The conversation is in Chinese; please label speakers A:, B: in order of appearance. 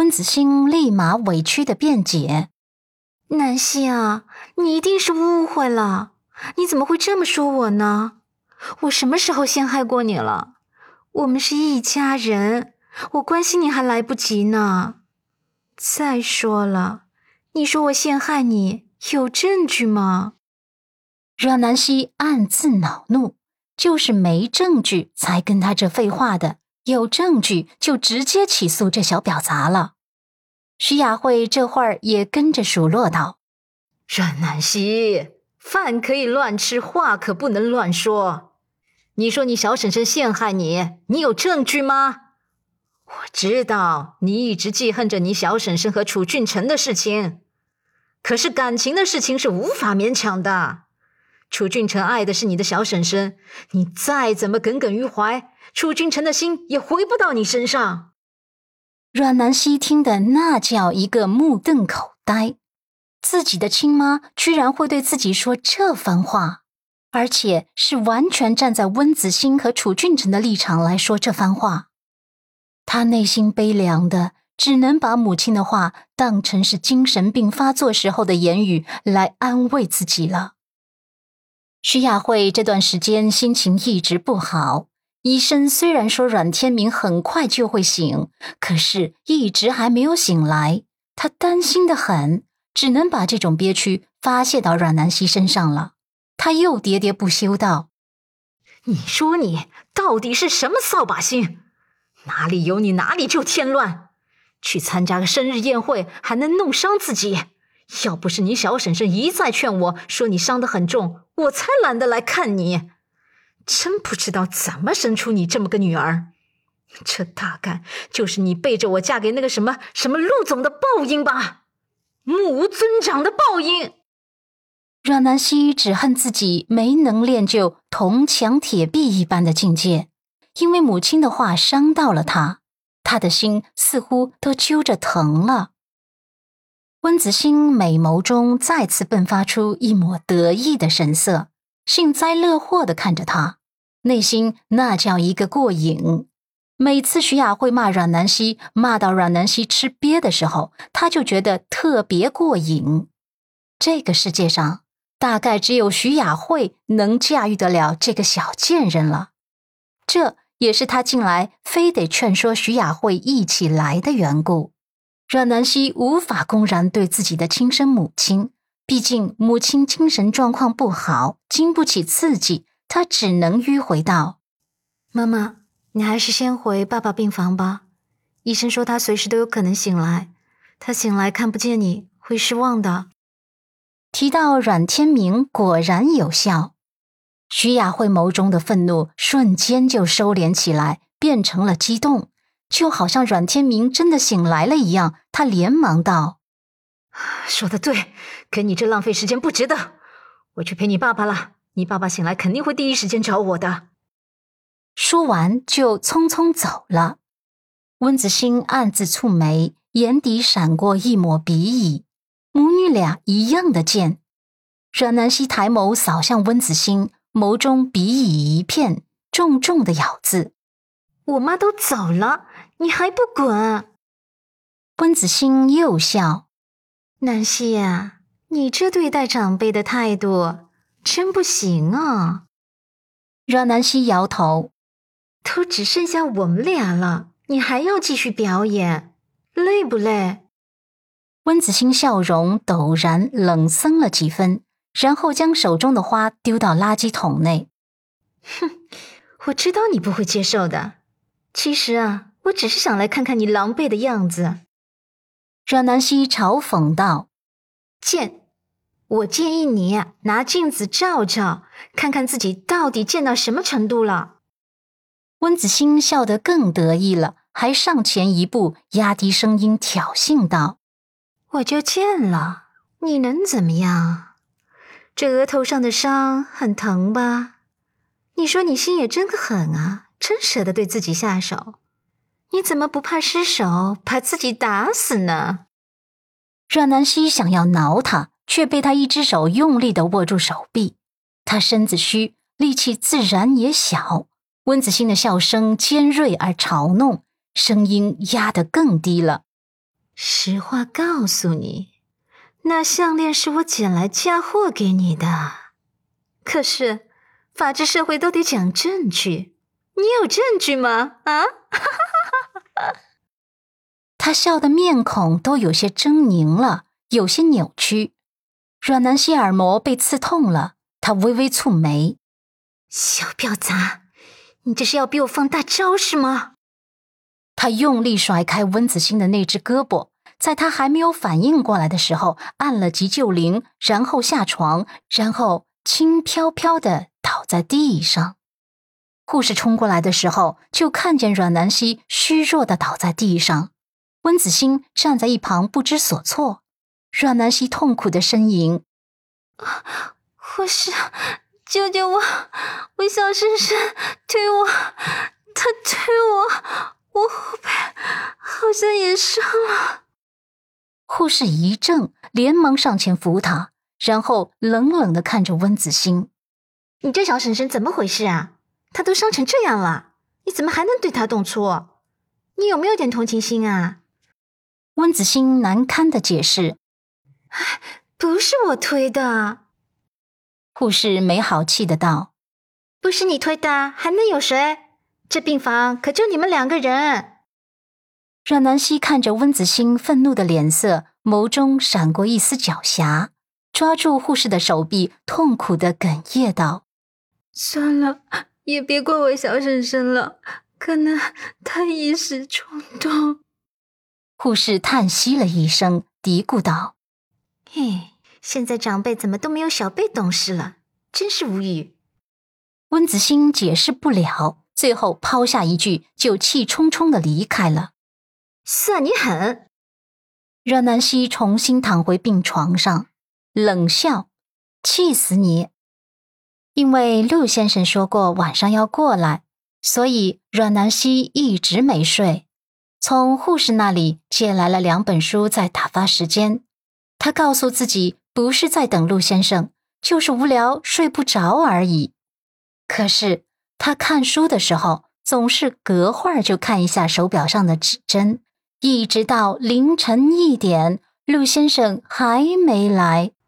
A: 温子星立马委屈地辩解：
B: 南希啊，你一定是误会了，你怎么会这么说我呢？我什么时候陷害过你了？我们是一家人，我关心你还来不及呢。再说了，你说我陷害你，有证据吗？
A: 阮南希暗自恼怒，就是没证据才跟他这废话的，有证据就直接起诉这小婊砸了。徐雅慧这会儿也跟着数落道：
B: 阮南希，饭可以乱吃，话可不能乱说。你说你小婶婶陷害你，你有证据吗？我知道你一直记恨着你小婶婶和楚俊成的事情，可是感情的事情是无法勉强的。楚俊成爱的是你的小婶婶，你再怎么耿耿于怀，楚俊成的心也回不到你身上。
A: 阮南希听的那叫一个目瞪口呆，自己的亲妈居然会对自己说这番话，而且是完全站在温子星和楚俊成的立场来说这番话。他内心悲凉的，只能把母亲的话当成是精神病发作时候的言语来安慰自己了。徐雅慧这段时间心情一直不好，医生虽然说阮天明很快就会醒，可是一直还没有醒来，他担心得很，只能把这种憋屈发泄到阮南希身上了。他又喋喋不休道：
B: 你说你到底是什么扫把星？哪里有你哪里就添乱，去参加个生日宴会还能弄伤自己。要不是你小婶婶一再劝我说你伤得很重，我才懒得来看你。真不知道怎么生出你这么个女儿，这大概就是你背着我嫁给那个什么陆总的报应吧，目无尊长的报应。
A: 阮南希只恨自己没能练就铜墙铁壁一般的境界，因为母亲的话伤到了他，他的心似乎都揪着疼了。温子星美眸中再次迸发出一抹得意的神色，幸灾乐祸地看着他，内心那叫一个过瘾。每次徐雅慧骂阮南希，骂到阮南希吃瘪的时候，他就觉得特别过瘾。这个世界上大概只有徐雅慧能驾驭得了这个小贱人了，这也是他近来非得劝说徐雅慧一起来的缘故。阮南希无法公然对自己的亲生母亲，毕竟母亲精神状况不好，经不起刺激，她只能迂回道：
B: 妈妈，你还是先回爸爸病房吧，医生说他随时都有可能醒来，他醒来看不见你会失望的。
A: 提到阮天明果然有效，徐雅慧眸中的愤怒瞬间就收敛起来，变成了激动，就好像阮天明真的醒来了一样。他连忙道：
B: 说得对，跟你这浪费时间不值得，我去陪你爸爸了，你爸爸醒来肯定会第一时间找我的。
A: 说完就匆匆走了。温子星暗自蹙眉，眼底闪过一抹鄙夷，母女俩一样的贱。阮南希抬眸扫向温子星，眸中鄙夷一片，重重的咬字：
B: 我妈都走了，你还不滚？
A: 温子星又笑：
B: 南希呀，你这对待长辈的态度真不行啊。
A: 阮南希摇头：
B: 都只剩下我们俩了，你还要继续表演，累不累？
A: 温子星笑容陡然冷森了几分，然后将手中的花丢到垃圾桶内。
B: 哼，我知道你不会接受的。其实啊，我只是想来看看你狼狈的样子。
A: 阮南希嘲讽道：
B: 贱，我建议你拿镜子照照，看看自己到底贱到什么程度了。
A: 温子星笑得更得意了，还上前一步，压低声音挑衅道：
B: 我就贱了，你能怎么样？这额头上的伤很疼吧？你说你心也真狠啊，真舍得对自己下手。你怎么不怕失手把自己打死呢？
A: 阮南希想要挠他，却被他一只手用力地握住手臂。他身子虚，力气自然也小。温子星的笑声尖锐而嘲弄，声音压得更低了。
B: 实话告诉你，那项链是我捡来嫁祸给你的。可是，法治社会都得讲证据，你有证据吗？啊？
A: 他笑的面孔都有些狰狞了，有些扭曲。阮南希耳膜被刺痛了，他微微蹙眉。
B: 小婊砸，你这是要逼我放大招是吗？
A: 他用力甩开温子星的那只胳膊，在他还没有反应过来的时候按了急救铃，然后下床，然后轻飘飘地倒在地上。护士冲过来的时候，就看见阮南希虚弱地倒在地上，温子星站在一旁不知所措。阮南希痛苦地呻吟：
B: 护士，救救我！我小婶婶推我，她推我，我后背好像也伤了。
A: 护士一怔，连忙上前扶他，然后冷冷地看着温子星：
B: 你这小婶婶怎么回事啊？她都伤成这样了，你怎么还能对她动粗？你有没有点同情心啊？
A: 温子星难堪地解释：
B: 不是我推的。
A: 护士没好气地道：
B: 不是你推的，还能有谁？这病房可就你们2个人。
A: 阮南希看着温子星愤怒的脸色，眸中闪过一丝狡黠，抓住护士的手臂，痛苦地哽咽道：
B: 算了，也别怪我小婶婶了，可能她一时冲动。
A: 护士叹息了一声，嘀咕道：
B: 嘿，现在长辈怎么都没有小辈懂事了，真是无语。
A: 温子星解释不了，最后抛下一句，就气冲冲地离开了。
B: 算你狠。
A: 阮南希重新躺回病床上，冷笑：气死你！因为陆先生说过晚上要过来，所以阮南希一直没睡，从护士那里借来了2本书在打发时间。他告诉自己不是在等陆先生，就是无聊睡不着而已。可是他看书的时候总是隔会儿就看一下手表上的指针，一直到凌晨1点，陆先生还没来。